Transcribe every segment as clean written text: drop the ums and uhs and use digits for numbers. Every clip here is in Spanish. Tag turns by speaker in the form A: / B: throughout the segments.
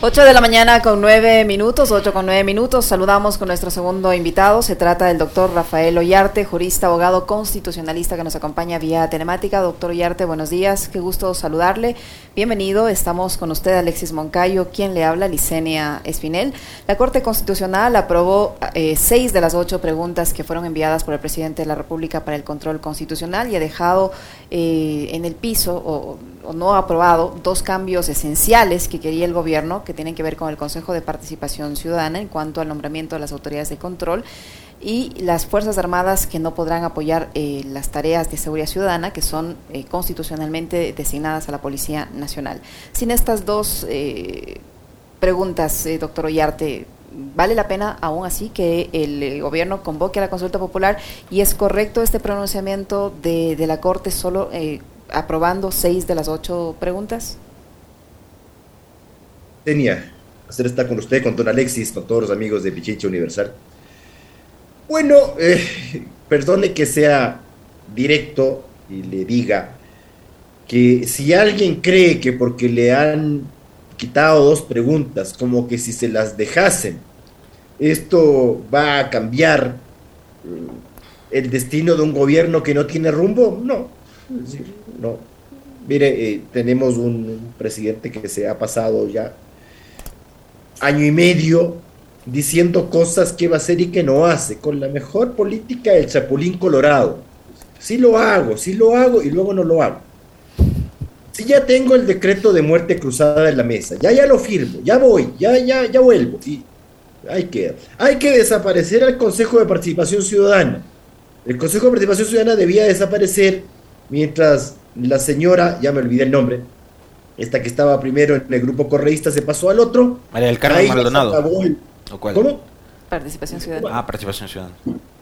A: 8:09, 8:09. Saludamos con nuestro segundo invitado. Se trata del doctor Rafael Ollarte, jurista, abogado constitucionalista que nos acompaña vía telemática. Doctor Ollarte, buenos días, qué gusto saludarle. Bienvenido, estamos con usted, Alexis Moncayo, quien le habla, Licenia Espinel. La Corte Constitucional aprobó 6 de las 8 preguntas que fueron enviadas por el presidente de la República para el control constitucional y ha dejado en el piso o no ha aprobado 2 cambios esenciales que quería el gobierno, que tienen que ver con el Consejo de Participación Ciudadana en cuanto al nombramiento de las autoridades de control y las Fuerzas Armadas que no podrán apoyar las tareas de seguridad ciudadana que son constitucionalmente designadas a la Policía Nacional. Sin estas 2 preguntas, doctor Ollarte, ¿vale la pena aún así que el gobierno convoque a la consulta popular y es correcto este pronunciamiento de la Corte solo aprobando 6 de las 8 preguntas?
B: Tenía hacer estar con usted, con don Alexis, con todos los amigos de Pichincha Universal. Bueno, perdone que sea directo y le diga que si alguien cree que porque le han quitado 2 preguntas, como que si se las dejasen, esto va a cambiar el destino de un gobierno que no tiene rumbo, no. Es decir, no. Mire, tenemos un presidente que se ha pasado ya año y medio diciendo cosas que va a hacer y que no hace, con la mejor política del chapulín colorado. Sí lo hago y luego no lo hago. Si ya tengo el decreto de muerte cruzada en la mesa, ya lo firmo, ya voy, ya vuelvo. Y hay que desaparecer al Consejo de Participación Ciudadana. El Consejo de Participación Ciudadana debía desaparecer mientras la señora, ya me olvidé el nombre, esta que estaba primero en el grupo correísta se pasó al otro.
C: María del Carmen Maldonado.
B: ¿O cuál? ¿Cómo?
A: Participación Ciudadana.
C: Participación Ciudadana.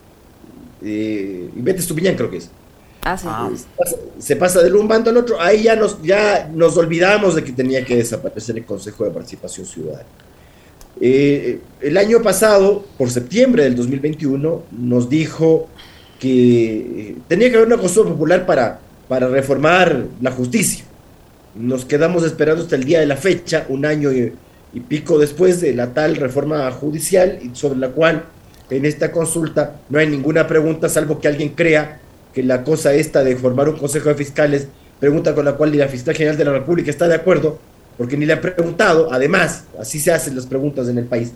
B: Y Vete Estupiñán creo que es.
A: Sí.
B: Se pasa del un bando al otro. Ahí ya nos olvidamos de que tenía que desaparecer el Consejo de Participación Ciudadana. El año pasado, por septiembre del 2021, nos dijo que tenía que haber una consulta popular para reformar la justicia. Nos quedamos esperando hasta el día de la fecha, un año y pico después de la tal reforma judicial, sobre la cual en esta consulta no hay ninguna pregunta, salvo que alguien crea que la cosa esta de formar un consejo de fiscales, pregunta con la cual ni la fiscal general de la República está de acuerdo, porque ni le han preguntado. Además, así se hacen las preguntas en el país,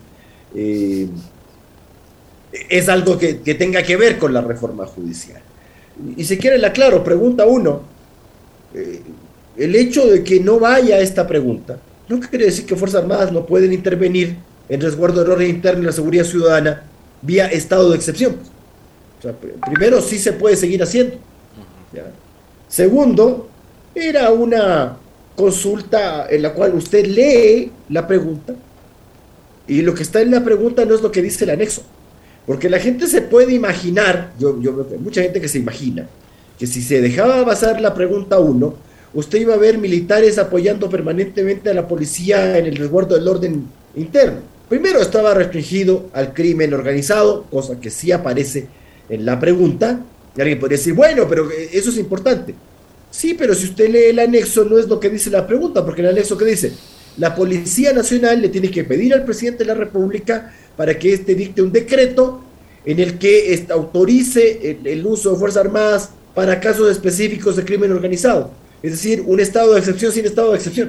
B: es algo que tenga que ver con la reforma judicial. Y si quiere la aclaro, pregunta 1, el hecho de que no vaya esta pregunta no quiere decir que Fuerzas Armadas no pueden intervenir en resguardo del orden interno y la seguridad ciudadana vía estado de excepción. O sea, primero, sí se puede seguir haciendo. ¿Ya? Segundo, era una consulta en la cual usted lee la pregunta y lo que está en la pregunta no es lo que dice el anexo. Porque la gente se puede imaginar, yo veo que hay mucha gente que se imagina, que si se dejaba pasar la pregunta 1, usted iba a ver militares apoyando permanentemente a la policía en el resguardo del orden interno. Primero, estaba restringido al crimen organizado, cosa que sí aparece en la pregunta. Y alguien podría decir, bueno, pero eso es importante. Sí, pero si usted lee el anexo, no es lo que dice la pregunta, porque el anexo que dice, la Policía Nacional le tiene que pedir al presidente de la República para que éste dicte un decreto en el que autorice el uso de Fuerzas Armadas para casos específicos de crimen organizado. Es decir, un estado de excepción sin estado de excepción.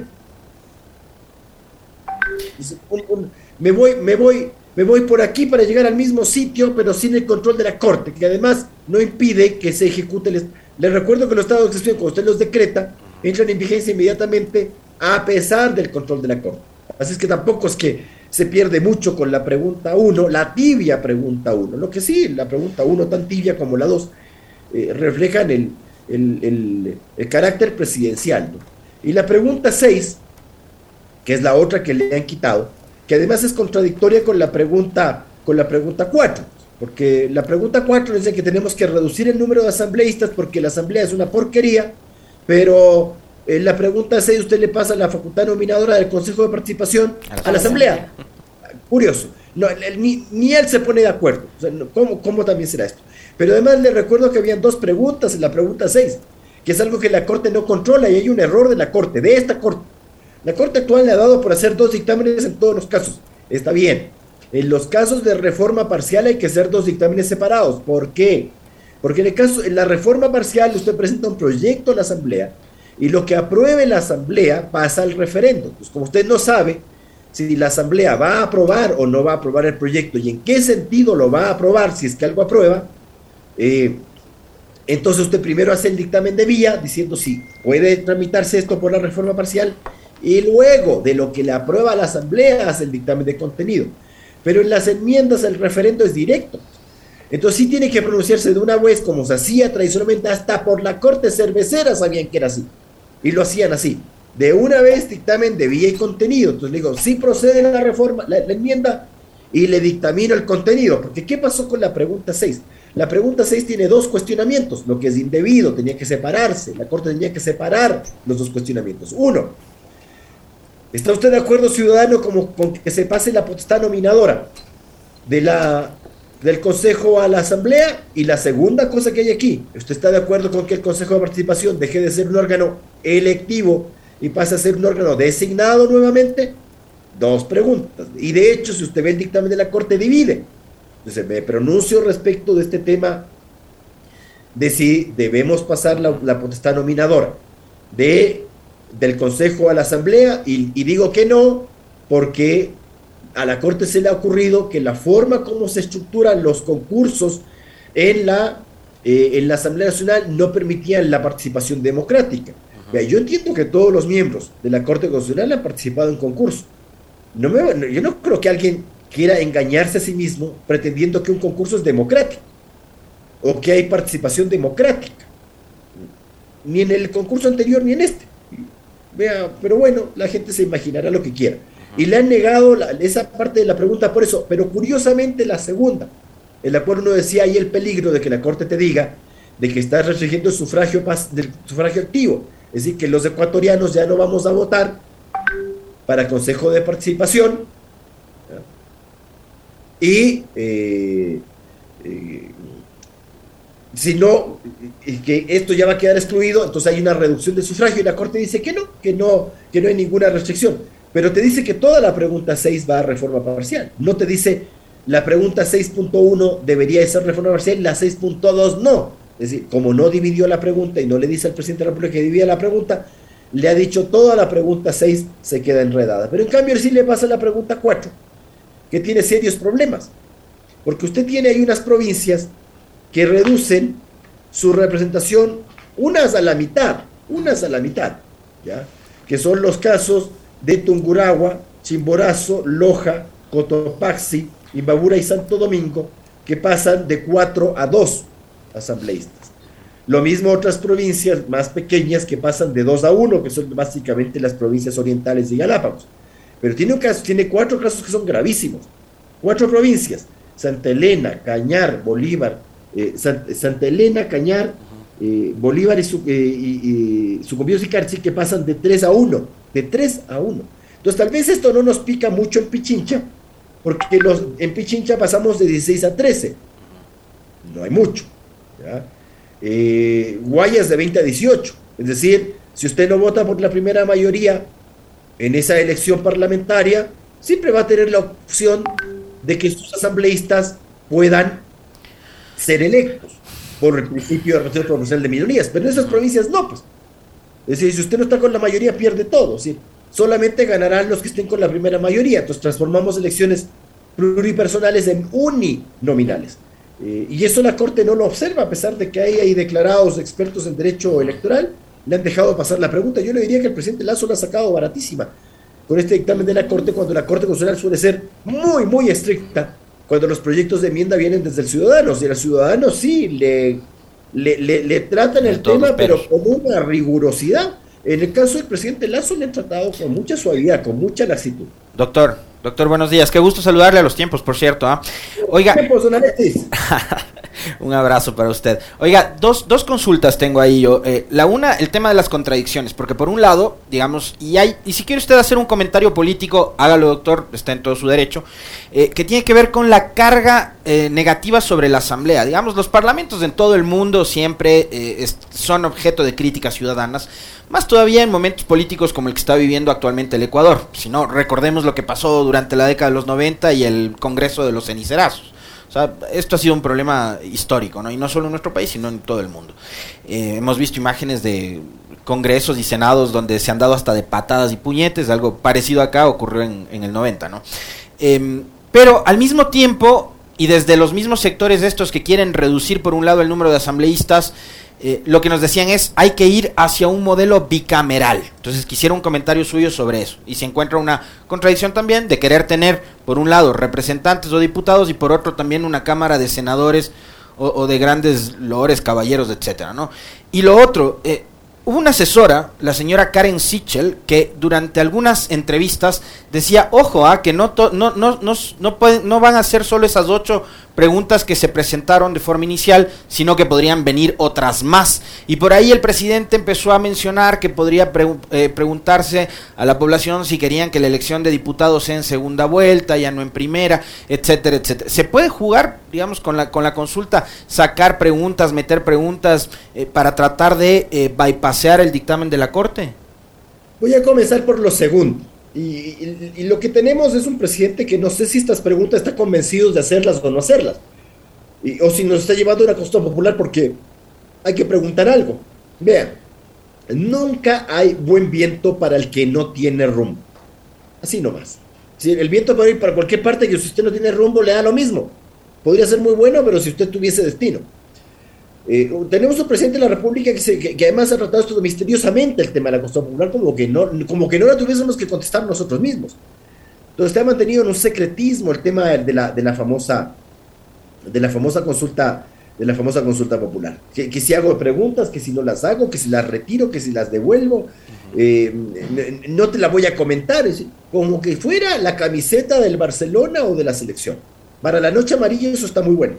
B: Me voy por aquí para llegar al mismo sitio, pero sin el control de la Corte, que además no impide que se ejecute. Les recuerdo que los estados de excepción, cuando usted los decreta, entran en vigencia inmediatamente a pesar del control de la Corte. Así es que tampoco es que se pierde mucho con la pregunta 1, la tibia pregunta 1. Lo que sí, la pregunta 1, tan tibia como la 2, reflejan el carácter presidencial, ¿no? Y la pregunta 6, que es la otra que le han quitado, que además es contradictoria con la pregunta 4, porque la pregunta 4 dice que tenemos que reducir el número de asambleístas porque la asamblea es una porquería, pero en la pregunta 6 usted le pasa la facultad nominadora del Consejo de Participación a la asamblea. Curioso, no, ni él se pone de acuerdo. O sea, ¿cómo también será esto? Pero además le recuerdo que habían 2 preguntas en la pregunta 6, que es algo que la Corte no controla y hay un error de la Corte, de esta Corte, La Corte actual le ha dado por hacer 2 dictámenes en todos los casos. Está bien. En los casos de reforma parcial hay que hacer 2 dictámenes separados. ¿Por qué? Porque en la reforma parcial usted presenta un proyecto a la Asamblea y lo que apruebe la Asamblea pasa al referendo. Pues como usted no sabe si la Asamblea va a aprobar o no va a aprobar el proyecto y en qué sentido lo va a aprobar, si es que algo aprueba, entonces usted primero hace el dictamen de vía diciendo si puede tramitarse esto por la reforma parcial y luego de lo que le aprueba a la Asamblea hace el dictamen de contenido. Pero en las enmiendas el referendo es directo. Entonces sí tiene que pronunciarse de una vez como se hacía tradicionalmente, hasta por la Corte Cervecera sabían que era así. Y lo hacían así. De una vez dictamen de vía y contenido. Entonces le digo, sí procede la reforma, la enmienda, y le dictamino el contenido. Porque ¿qué pasó con la pregunta 6? La pregunta 6 tiene 2 cuestionamientos. Lo que es indebido tenía que separarse. La Corte tenía que separar los 2 cuestionamientos. 1. ¿Está usted de acuerdo, ciudadano, con que se pase la potestad nominadora del Consejo a la Asamblea? Y la segunda cosa que hay aquí, ¿usted está de acuerdo con que el Consejo de Participación deje de ser un órgano electivo y pase a ser un órgano designado nuevamente? 2 preguntas. Y de hecho, si usted ve el dictamen de la Corte, divide. Entonces, me pronuncio respecto de este tema de si debemos pasar la potestad nominadora del Consejo a la Asamblea, y digo que no, porque a la Corte se le ha ocurrido que la forma como se estructuran los concursos en la Asamblea Nacional no permitían la participación democrática. Yo entiendo que todos los miembros de la Corte Constitucional han participado en concursos. Yo no creo que alguien quiera engañarse a sí mismo pretendiendo que un concurso es democrático o que hay participación democrática, ni en el concurso anterior ni en este. Pero bueno, la gente se imaginará lo que quiera. Y le han negado esa parte de la pregunta por eso. Pero curiosamente la segunda, el acuerdo no decía ahí el peligro de que la Corte te diga de que estás restringiendo el sufragio activo. Es decir, que los ecuatorianos ya no vamos a votar para Consejo de Participación, y sino que esto ya va a quedar excluido, entonces hay una reducción de sufragio y la Corte dice que no hay ninguna restricción, pero te dice que toda la pregunta 6 va a reforma parcial, no te dice la pregunta 6.1 debería ser reforma parcial y la 6.2 no. Es decir, como no dividió la pregunta y no le dice al presidente de la República que divida la pregunta, le ha dicho toda la pregunta 6 se queda enredada, pero en cambio sí le pasa la pregunta 4, que tiene serios problemas, porque usted tiene ahí unas provincias que reducen su representación unas a la mitad, ¿ya? Que son los casos de Tungurahua, Chimborazo, Loja, Cotopaxi, Imbabura y Santo Domingo, que pasan de 4 a 2 asambleístas. Lo mismo otras provincias más pequeñas que pasan de 2 a 1, que son básicamente las provincias orientales de Galápagos. Pero tiene 4 casos que son gravísimos. 4 provincias: Santa Elena, Cañar, Bolívar, Santa Elena, Cañar, Bolívar y Sucumbíos y Carchi, que pasan de 3 a 1. De 3 a 1. Entonces tal vez esto no nos pica mucho en Pichincha, porque en Pichincha pasamos de 16 a 13. No hay mucho, ¿ya? Guayas de 20 a 18. Es decir, si usted no vota por la primera mayoría en esa elección parlamentaria, siempre va a tener la opción de que sus asambleístas puedan ser electos por el principio de representación proporcional de minorías, pero en esas provincias no, pues. Es decir, si usted no está con la mayoría, pierde todo, ¿sí? Solamente ganarán los que estén con la primera mayoría. Entonces transformamos elecciones pluripersonales en uninominales. Y eso la Corte no lo observa, a pesar de que hay declarados expertos en derecho electoral, le han dejado pasar la pregunta. Yo le diría que el presidente Lasso la ha sacado baratísima con este dictamen de la Corte, cuando la Corte Constitucional suele ser muy, muy estricta cuando los proyectos de enmienda vienen desde el ciudadano. Y al ciudadano sí le tratan el tema, pero con una rigurosidad. En el caso del presidente Lasso le han tratado con mucha suavidad, con mucha laxitud.
C: Doctor, buenos días. Qué gusto saludarle a los tiempos, por cierto. Oiga, Un abrazo para usted. Oiga, dos consultas tengo ahí yo. La una, el tema de las contradicciones, porque por un lado, digamos, y si quiere usted hacer un comentario político, hágalo, doctor, está en todo su derecho, que tiene que ver con la carga negativa sobre la Asamblea. Digamos, los parlamentos en todo el mundo siempre son objeto de críticas ciudadanas, más todavía en momentos políticos como el que está viviendo actualmente el Ecuador. Si no, recordemos lo que pasó durante la década de los 90 y el Congreso de los Cenicerazos. O sea, esto ha sido un problema histórico, ¿no? Y no solo en nuestro país, sino en todo el mundo. Hemos visto imágenes de congresos y senados donde se han dado hasta de patadas y puñetes. Algo parecido acá ocurrió en el 90, ¿no? Pero al mismo tiempo, y desde los mismos sectores estos que quieren reducir por un lado el número de asambleístas, lo que nos decían es, hay que ir hacia un modelo bicameral. Entonces quisiera un comentario suyo sobre eso. Y se encuentra una contradicción también de querer tener, por un lado, representantes o diputados, y por otro también una cámara de senadores o de grandes loores, caballeros, etcétera, ¿no? Y lo otro, hubo una asesora, la señora Karen Sichel, que durante algunas entrevistas decía, ojo, que no van a ser solo esas 8 preguntas que se presentaron de forma inicial, sino que podrían venir otras más. Y por ahí el presidente empezó a mencionar que podría preguntarse a la población si querían que la elección de diputados sea en segunda vuelta, ya no en primera, etcétera, etcétera. ¿Se puede jugar, digamos, con la consulta, sacar preguntas, meter preguntas para tratar de bypassear el dictamen de la Corte?
B: Voy a comenzar por lo segundo. Y lo que tenemos es un presidente que no sé si estas preguntas está convencido de hacerlas o no hacerlas. O si nos está llevando a una consulta popular porque hay que preguntar algo. Vean, nunca hay buen viento para el que no tiene rumbo. Así nomás. Si el viento puede ir para cualquier parte, que si usted no tiene rumbo le da lo mismo. Podría ser muy bueno, pero si usted tuviese destino. Tenemos un presidente de la República que además ha tratado esto misteriosamente, el tema de la consulta popular, como que no la tuviésemos que contestar nosotros mismos. Entonces se ha mantenido en un secretismo el tema de la famosa consulta popular. Que si hago preguntas, que si no las hago, que si las retiro, que si las devuelvo, no te la voy a comentar. Es decir, como que fuera la camiseta del Barcelona o de la selección. Para la noche amarilla eso está muy bueno.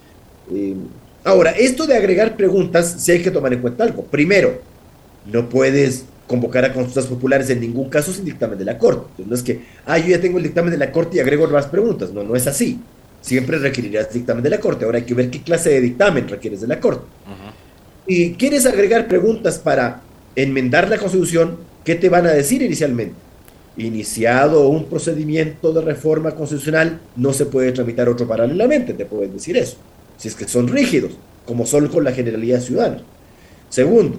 B: Ahora, esto de agregar preguntas, sí hay que tomar en cuenta algo. Primero, no puedes convocar a consultas populares en ningún caso sin dictamen de la Corte. Entonces, no es que, yo ya tengo el dictamen de la Corte y agrego más preguntas. No, no es así. Siempre requerirás dictamen de la Corte. Ahora hay que ver qué clase de dictamen requieres de la Corte. Y quieres agregar preguntas para enmendar la Constitución, ¿qué te van a decir inicialmente? Iniciado un procedimiento de reforma constitucional, no se puede tramitar otro paralelamente, te pueden decir eso. Si es que son rígidos, como son con la generalidad ciudadana. Segundo,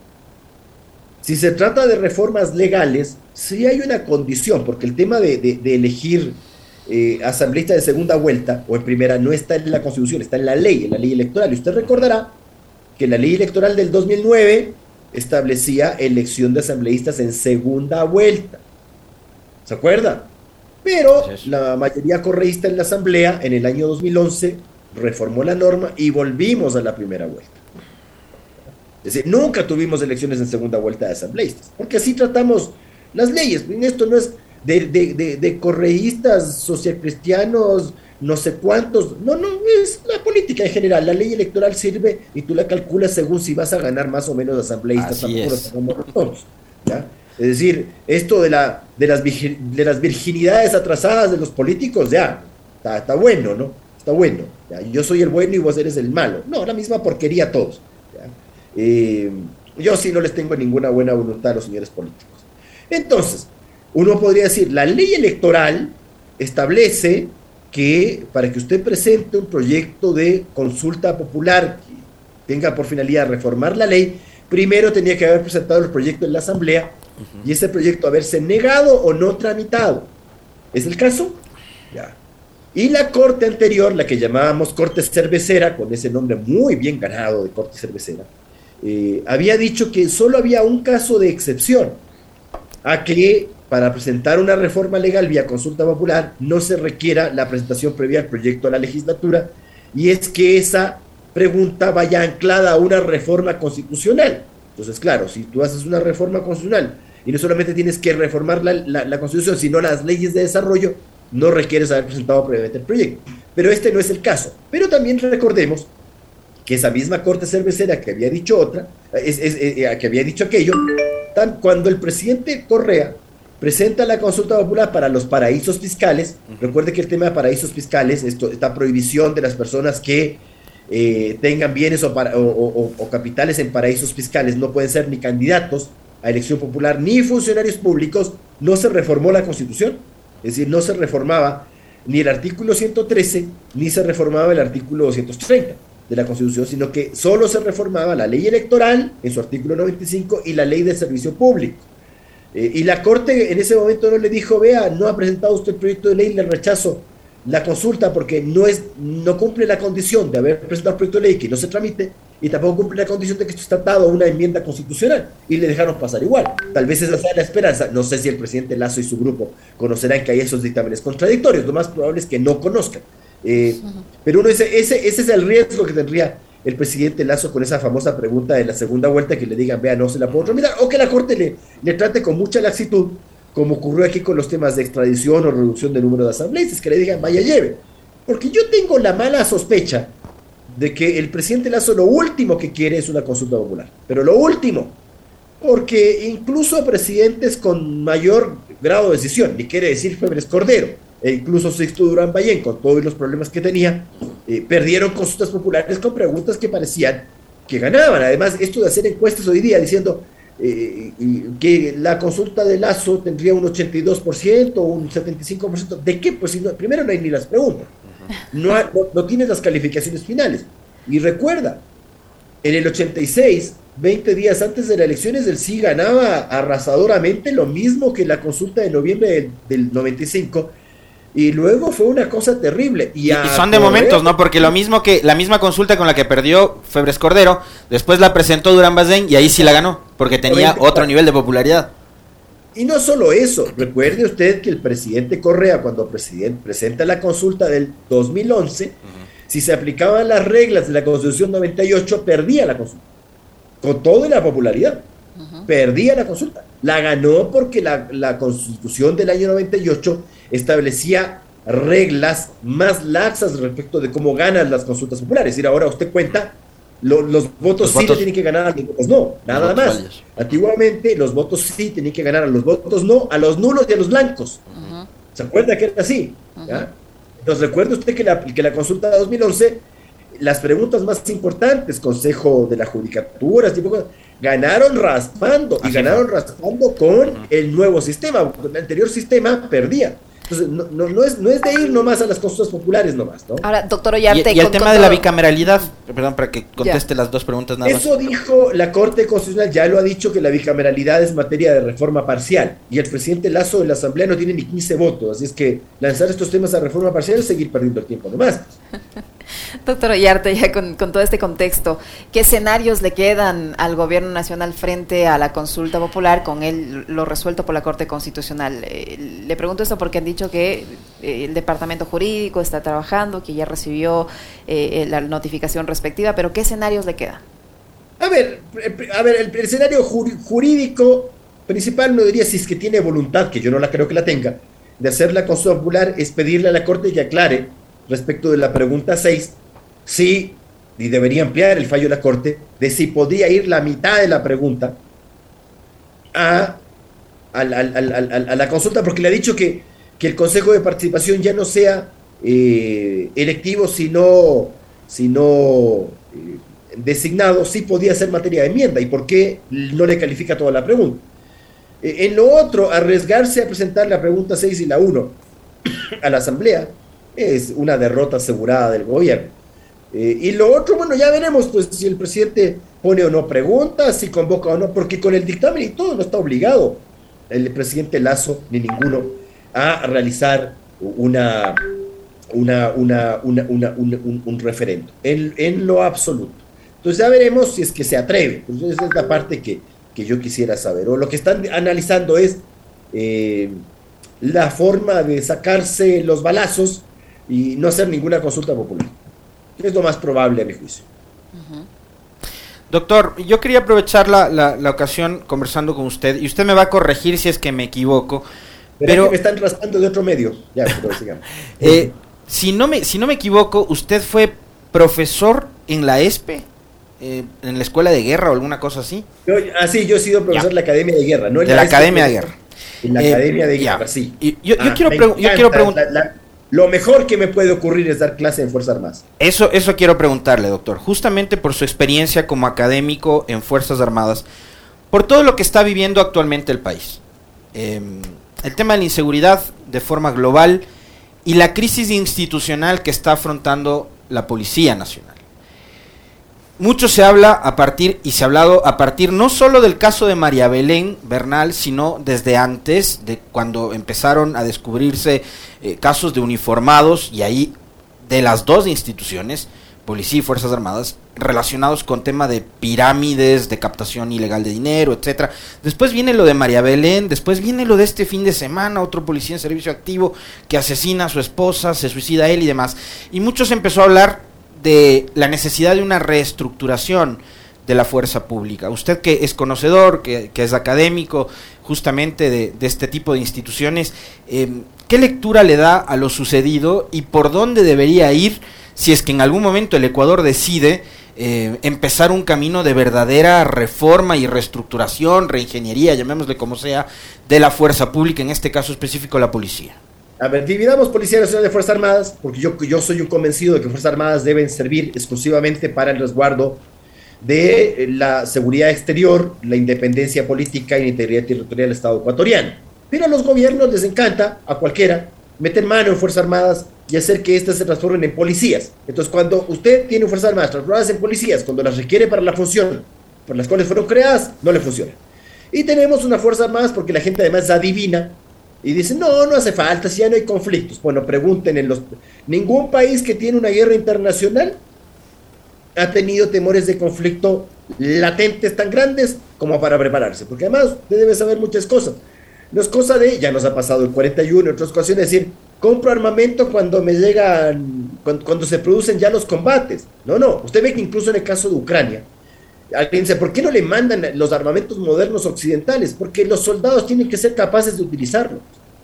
B: si se trata de reformas legales, sí hay una condición, porque el tema de elegir asambleísta de segunda vuelta o en primera no está en la Constitución, está en la ley electoral. Y usted recordará que la ley electoral del 2009 establecía elección de asambleístas en segunda vuelta. ¿Se acuerda? Pero la mayoría correísta en la Asamblea en el año 2011 reformó la norma y volvimos a la primera vuelta. Es decir, nunca tuvimos elecciones en segunda vuelta de asambleístas, porque así tratamos las leyes. Esto no es de correístas, socialcristianos, no sé cuántos. No, es la política en general. La ley electoral sirve y tú la calculas según si vas a ganar más o menos asambleístas.
C: Así es.
B: Todos, ¿ya? Es decir, esto de las virginidades atrasadas de los políticos, ya, está bueno, ¿no? Está bueno, ¿ya? Yo soy el bueno y vos eres el malo. No, la misma porquería a todos, ¿ya? Yo sí no les tengo ninguna buena voluntad a los señores políticos. Entonces, uno podría decir, la ley electoral establece que para que usted presente un proyecto de consulta popular que tenga por finalidad reformar la ley, primero tenía que haber presentado el proyecto en la Asamblea y ese proyecto haberse negado o no tramitado. ¿Es el caso? Ya. Y la Corte anterior, la que llamábamos Corte Cervecera, con ese nombre muy bien ganado de Corte Cervecera, había dicho que solo había un caso de excepción a que para presentar una reforma legal vía consulta popular no se requiera la presentación previa al proyecto a la legislatura, y es que esa pregunta vaya anclada a una reforma constitucional. Entonces, claro, si tú haces una reforma constitucional y no solamente tienes que reformar la Constitución, sino las leyes de desarrollo, no requieres haber presentado previamente el proyecto. Pero este no es el caso. Pero también recordemos que esa misma Corte Cervecera que había dicho que había dicho aquello, cuando el presidente Correa presenta la consulta popular para los paraísos fiscales. Recuerde que el tema de paraísos fiscales, esta prohibición de las personas que tengan bienes o capitales en paraísos fiscales, no pueden ser ni candidatos a elección popular ni funcionarios públicos, no se reformó la Constitución. Es decir, no se reformaba ni el artículo 113 ni se reformaba el artículo 230 de la Constitución, sino que solo se reformaba la ley electoral en su artículo 95 y la ley de servicio público. Y la Corte en ese momento no le dijo, vea, no ha presentado usted el proyecto de ley, le rechazo la consulta porque no cumple la condición de haber presentado el proyecto de ley que no se tramite, y tampoco cumple la condición de que esto está atado a una enmienda constitucional, y le dejaron pasar igual. Tal vez esa sea la esperanza. No sé si el presidente Lasso y su grupo conocerán que hay esos dictámenes contradictorios, lo más probable es que no conozcan. Pero uno dice, ese es el riesgo que tendría el presidente Lasso con esa famosa pregunta de la segunda vuelta, que le digan, vea, no se la puedo tramitar, o que la Corte le trate con mucha laxitud, como ocurrió aquí con los temas de extradición o reducción del número de asambleístas, que le digan, vaya, lleve. Porque yo tengo la mala sospecha de que el presidente Lasso lo último que quiere es una consulta popular, pero lo último, porque incluso presidentes con mayor grado de decisión, ni quiere decir Febres Cordero, e incluso Sixto Durán Ballén, con todos los problemas que tenía, perdieron consultas populares con preguntas que parecían que ganaban. Además, esto de hacer encuestas hoy día diciendo que la consulta de Lasso tendría un 82%, un 75%, ¿de qué? Pues primero no hay ni las preguntas, no tienes las calificaciones finales. Y recuerda, en el 86, 20 días antes de las elecciones, el sí ganaba arrasadoramente, lo mismo que la consulta de noviembre del 95, y luego fue una cosa terrible. Y
C: son de momentos, ¿no? Porque lo mismo que la misma consulta con la que perdió Febres Cordero, después la presentó Durán Ballén y ahí sí la ganó, porque tenía otro nivel de popularidad.
B: Y no solo eso, recuerde usted que el presidente Correa, cuando presenta la consulta del 2011, si se aplicaban las reglas de la Constitución 98, perdía la consulta, con toda la popularidad. Perdía la consulta. La ganó porque la Constitución del año 98 establecía reglas más laxas respecto de cómo ganan las consultas populares. Es decir, ahora usted cuenta, los votos sí le tienen que ganar a los votos no, nada más. Válidos. Antiguamente los votos sí tenían que ganar a los votos no, a los nulos y a los blancos. ¿Se acuerda que era así? ¿Ya? Entonces recuerde usted que la consulta de 2011, las preguntas más importantes, Consejo de la Judicatura, tipo de cosas, ganaron raspando, y ganaron raspando con el nuevo sistema. Con el anterior sistema perdía. Entonces, no es de ir nomás a las consultas populares nomás, ¿no?
A: Ahora, doctor Ollarte...
C: Y el tema de la bicameralidad, perdón, para que conteste las dos preguntas nada más.
B: Eso dijo la Corte Constitucional, ya lo ha dicho, que la bicameralidad es materia de reforma parcial, y el presidente Lasso de la Asamblea no tiene ni 15 votos, así es que lanzar estos temas a reforma parcial es seguir perdiendo el tiempo nomás.
A: Doctor Ollarte, ya con todo este contexto, ¿qué escenarios le quedan al gobierno nacional frente a la consulta popular con lo resuelto por la Corte Constitucional? Le pregunto esto porque han dicho que el departamento jurídico está trabajando, que ya recibió la notificación respectiva, pero ¿qué escenarios le quedan?
B: A ver, el escenario jurídico principal, no diría si es que tiene voluntad, que yo no la creo que la tenga, de hacer la consulta popular, es pedirle a la Corte que aclare respecto de la pregunta 6, sí, y debería ampliar el fallo de la Corte, de si podría ir la mitad de la pregunta a la consulta, porque le ha dicho que el Consejo de Participación ya no sea electivo, sino designado, sí podía ser materia de enmienda, y por qué no le califica toda la pregunta. En lo otro, arriesgarse a presentar la pregunta 6 y la 1 a la Asamblea es una derrota asegurada del gobierno. Y lo otro, bueno, ya veremos pues si el presidente pone o no preguntas, si convoca o no, porque con el dictamen y todo no está obligado el presidente Lasso ni ninguno a realizar un referendo en lo absoluto. Entonces ya veremos si es que se atreve. Pues esa es la parte que yo quisiera saber. O lo que están analizando es la forma de sacarse los balazos y no hacer ninguna consulta popular. Es lo más probable a mi juicio.
C: Doctor, yo quería aprovechar la ocasión conversando con usted, y usted me va a corregir si es que me equivoco. Pero
B: que me están raspando de otro medio. Ya, pero sigamos.
C: Si no me equivoco, usted fue profesor en la ESPE? ¿En la escuela de guerra o alguna cosa así?
B: Yo he sido profesor de la Academia de Guerra. No en
C: de la Academia de Guerra.
B: En la Academia de Guerra, sí.
C: Yo quiero preguntar...
B: Lo mejor que me puede ocurrir es dar clase en Fuerzas Armadas.
C: Eso quiero preguntarle, doctor. Justamente por su experiencia como académico en Fuerzas Armadas, por todo lo que está viviendo actualmente el país. El tema de la inseguridad de forma global y la crisis institucional que está afrontando la Policía Nacional. Mucho se habla se ha hablado a partir no solo del caso de María Belén Bernal, sino desde antes, de cuando empezaron a descubrirse casos de uniformados, y ahí de las dos instituciones, Policía y Fuerzas Armadas, relacionados con tema de pirámides, de captación ilegal de dinero, etcétera. Después viene lo de María Belén, después viene lo de este fin de semana, otro policía en servicio activo que asesina a su esposa, se suicida él y demás. Y mucho se empezó a hablar de la necesidad de una reestructuración de la fuerza pública. Usted que es conocedor, que es académico justamente de este tipo de instituciones, ¿qué lectura le da a lo sucedido y por dónde debería ir si es que en algún momento el Ecuador decide empezar un camino de verdadera reforma y reestructuración, reingeniería, llamémosle como sea, de la fuerza pública, en este caso específico la policía?
B: A ver, dividamos Policía Nacional de Fuerzas Armadas, porque yo soy un convencido de que Fuerzas Armadas deben servir exclusivamente para el resguardo de la seguridad exterior, la independencia política y la integridad territorial del Estado ecuatoriano. Pero a los gobiernos les encanta, a cualquiera, meter mano en Fuerzas Armadas y hacer que éstas se transformen en policías. Entonces, cuando usted tiene Fuerzas Armadas transformadas en policías, cuando las requiere para la función por las cuales fueron creadas, no le funciona. Y tenemos una Fuerza Armadas porque la gente además es adivina y dice, no hace falta, si ya no hay conflictos. Bueno, pregunten ningún país que tiene una guerra internacional ha tenido temores de conflicto latentes tan grandes como para prepararse, porque además usted debe saber muchas cosas. No es cosa ya nos ha pasado el 41, en otras ocasiones, decir, compro armamento cuando me llegan, cuando se producen ya los combates. No, usted ve que incluso en el caso de Ucrania, alguien dice, ¿por qué no le mandan los armamentos modernos occidentales? Porque los soldados tienen que ser capaces de utilizarlos.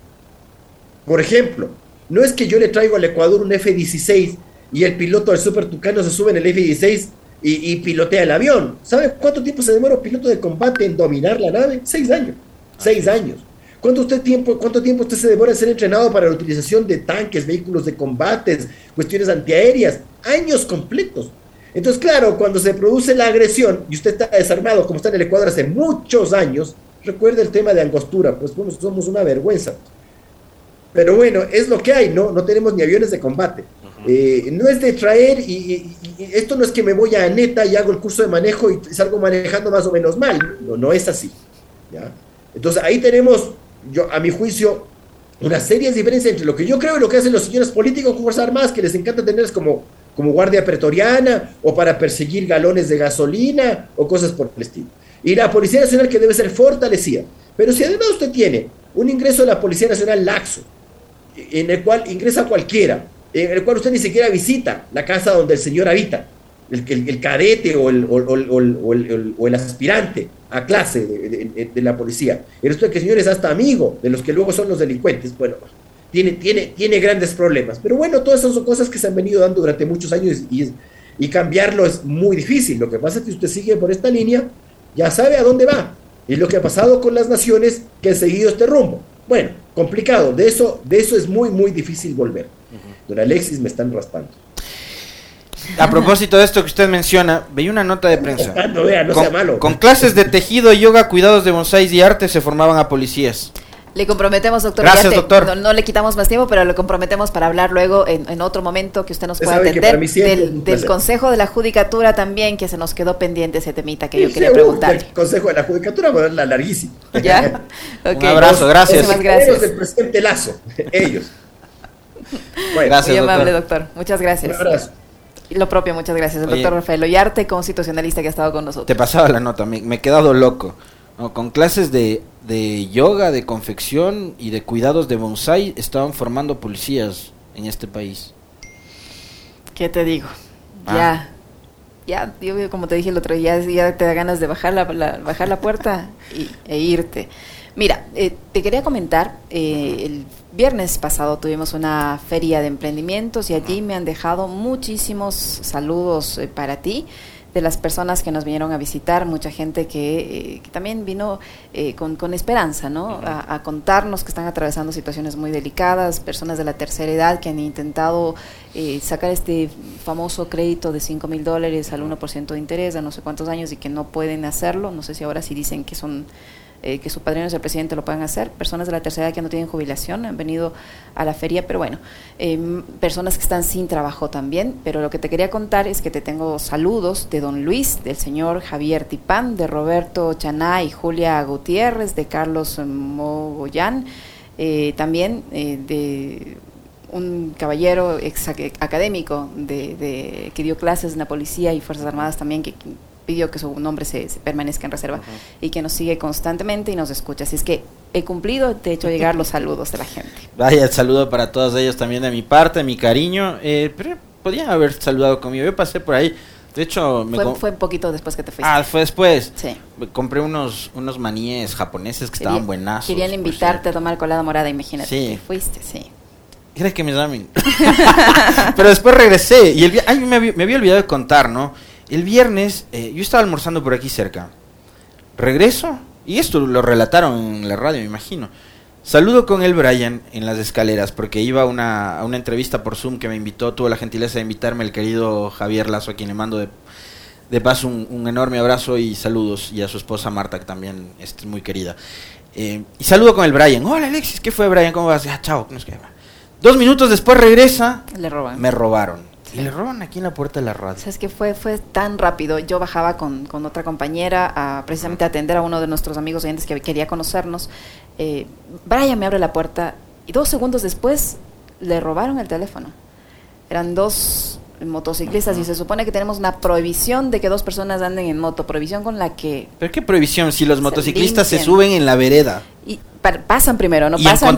B: Por ejemplo, no es que yo le traigo al Ecuador un F-16 y el piloto del Super Tucano se sube en el F-16 y pilotea el avión. ¿Sabe cuánto tiempo se demora un piloto de combate en dominar la nave? 6 años. 6 años. ¿Cuánto tiempo usted se demora en ser entrenado para la utilización de tanques, vehículos de combates, cuestiones antiaéreas? Años completos. Entonces, claro, cuando se produce la agresión y usted está desarmado, como está en el Ecuador hace muchos años, recuerde el tema de Angostura, pues bueno, somos una vergüenza. Pero bueno, es lo que hay, no tenemos ni aviones de combate. No es de traer, y esto no es que me voy a neta y hago el curso de manejo y salgo manejando más o menos mal, no es así, ¿ya? Entonces ahí tenemos, a mi juicio, una serie de diferencias entre lo que yo creo y lo que hacen los señores políticos con Fuerzas Armadas, que les encanta tenerles como guardia pretoriana o para perseguir galones de gasolina o cosas por el estilo. Y la Policía Nacional, que debe ser fortalecida. Pero si además usted tiene un ingreso de la Policía Nacional laxo, en el cual ingresa cualquiera, en el cual usted ni siquiera visita la casa donde el señor habita, el cadete o el aspirante a clase de la policía, el resto de que el señor es hasta amigo de los que luego son los delincuentes, bueno, tiene grandes problemas. Pero bueno, todas esas son cosas que se han venido dando durante muchos años y cambiarlo es muy difícil. Lo que pasa es que si usted sigue por esta línea, ya sabe a dónde va. Y lo que ha pasado con las naciones que han seguido este rumbo. Bueno, complicado. De eso es muy, muy difícil volver. Don Alexis, me están raspando.
C: A propósito de esto que usted menciona, veía una nota de prensa.
B: No sea malo.
C: Con clases de tejido, yoga, cuidados de bonsáis y arte se formaban a policías.
A: Le comprometemos, doctor.
C: Gracias, doctor.
A: No le quitamos más tiempo, pero le comprometemos para hablar luego en otro momento que usted nos pueda atender del Consejo de la Judicatura también, que se nos quedó pendiente ese temita que yo quería preguntar.
B: El Consejo de la Judicatura va a dar larguísimo.
A: ¿Ya? Okay.
C: Un abrazo, gracias.
A: Muchísimas gracias.
B: El presidente Lazo, ellos.
A: Bueno, gracias, muy amable, doctor. Muchas gracias.
B: Un abrazo.
A: Lo propio, muchas gracias. El doctor Rafael Ollarte, constitucionalista que ha estado con nosotros.
C: Te pasaba la nota, me he quedado loco. No, con clases de yoga, de confección y de cuidados de bonsái estaban formando policías en este país.
A: ¿Qué te digo? Ya. ya, yo como te dije el otro día, ya te da ganas de bajar bajar la puerta e irte. Mira, te quería comentar, el viernes pasado tuvimos una feria de emprendimientos y allí me han dejado muchísimos saludos para ti, de las personas que nos vinieron a visitar, mucha gente que también vino con esperanza, ¿no? A contarnos que están atravesando situaciones muy delicadas, personas de la tercera edad que han intentado sacar este famoso crédito de $5,000 al 1% de interés a no sé cuántos años y que no pueden hacerlo. No sé si ahora sí dicen que son que su padrino es el presidente, lo pueden hacer. Personas de la tercera edad que no tienen jubilación han venido a la feria, pero bueno, personas que están sin trabajo también. Pero lo que te quería contar es que te tengo saludos de don Luis, del señor Javier Tipán, de Roberto Chaná y Julia Gutiérrez, de Carlos Mogollán, también de un caballero académico que dio clases en la policía y Fuerzas Armadas también, que pidió que su nombre se permanezca en reserva y que nos sigue constantemente y nos escucha. Así es que he cumplido, te he hecho llegar los saludos de la gente.
C: Vaya, el saludo para todos ellos también de mi parte, mi cariño. Pero podían haber saludado conmigo, yo pasé por ahí. De hecho,
A: fue un poquito después que te fuiste.
C: Ah, fue después.
A: Sí.
C: Compré unos maníes japoneses que estaban buenazos.
A: Querían invitarte a tomar colada morada, imagínate.
C: Sí.
A: Que fuiste, sí.
C: ¿Quieres que me llamen? Pero después regresé y me había olvidado de contar, ¿no? El viernes, yo estaba almorzando por aquí cerca. Regreso, y esto lo relataron en la radio, me imagino. Saludo con el Brian en las escaleras, porque iba a una entrevista por Zoom que me invitó, tuvo la gentileza de invitarme el querido Javier Lazo, a quien le mando de paso un enorme abrazo y saludos, y a su esposa Marta, que también es muy querida. Y saludo con el Brian. Hola Alexis, ¿qué fue Brian? ¿Cómo vas? Chao. No es que... 2 minutos después regresa,
A: le roban.
C: Me robaron. Sí. Y le roban aquí en la puerta de la radio.
A: O sea, es que fue tan rápido. Yo bajaba con otra compañera a precisamente atender a uno de nuestros amigos oyentes que quería conocernos. Brian me abre la puerta y 2 segundos después le robaron el teléfono. Eran 2 motociclistas y se supone que tenemos una prohibición de que 2 personas anden en moto. Prohibición con la que...
C: ¿Pero qué prohibición? Si los motociclistas se suben en la vereda.
A: Y pasan primero, ¿no?
C: Y
A: pasan,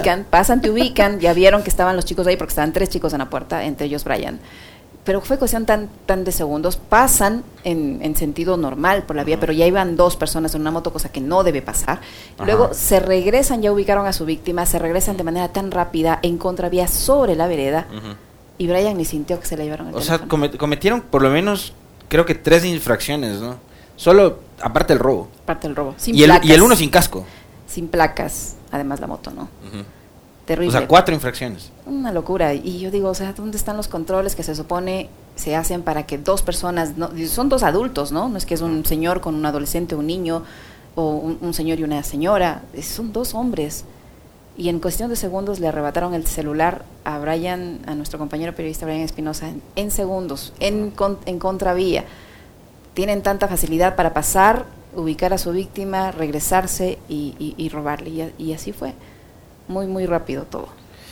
C: te
A: ubican, ya vieron que estaban los chicos ahí porque estaban 3 chicos en la puerta, entre ellos Brian. Pero fue cuestión tan de segundos, pasan en sentido normal por la vía, pero ya iban 2 personas en una moto, cosa que no debe pasar. Luego se regresan, ya ubicaron a su víctima, se regresan de manera tan rápida en contravía sobre la vereda, y Brian ni sintió que se le llevaron el teléfono.
C: O sea, cometieron por lo menos, creo que 3 infracciones, ¿no? Solo, aparte del robo.
A: Sin
C: y
A: placas.
C: El uno sin casco.
A: Sin placas, además la moto, ¿no? Terrible.
C: O sea, 4 infracciones.
A: Una locura. Y yo digo, o sea, ¿dónde están los controles que se supone se hacen para que 2 personas, no, son 2 adultos, ¿no? No es que es un señor con un adolescente, un niño, o un señor y una señora, son 2 hombres. Y en cuestión de segundos le arrebataron el celular a Brian, a nuestro compañero periodista Brian Espinosa, en segundos, en contravía. Tienen tanta facilidad para pasar, ubicar a su víctima, regresarse y robarle. Y así fue. Muy, muy rápido todo.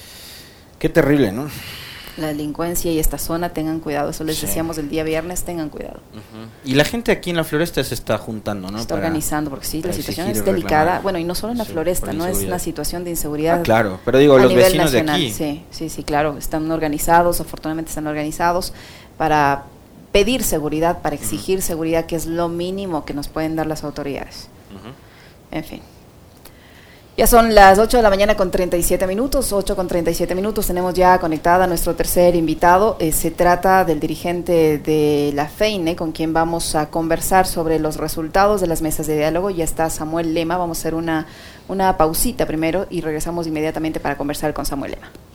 C: Qué terrible, ¿no?
A: La delincuencia y esta zona, tengan cuidado. Eso les decíamos el día viernes, tengan cuidado.
C: Y la gente aquí en la Floresta se está juntando, ¿no?
A: Se está organizando, porque sí, la situación es delicada. Bueno, y no solo en la Floresta, no es una situación de inseguridad.
C: Ah, claro, pero digo, los vecinos
A: nacional,
C: de aquí.
A: Sí, claro. Están organizados, afortunadamente están organizados para pedir seguridad, para exigir seguridad, que es lo mínimo que nos pueden dar las autoridades. En fin. Ya son las 8 de la mañana con 37 minutos, 8 con 37 minutos, tenemos ya conectada a nuestro tercer invitado. Se trata del dirigente de la FEINE, con quien vamos a conversar sobre los resultados de las mesas de diálogo. Ya está Samuel Lema, vamos a hacer una pausita primero y regresamos inmediatamente para conversar con Samuel Lema.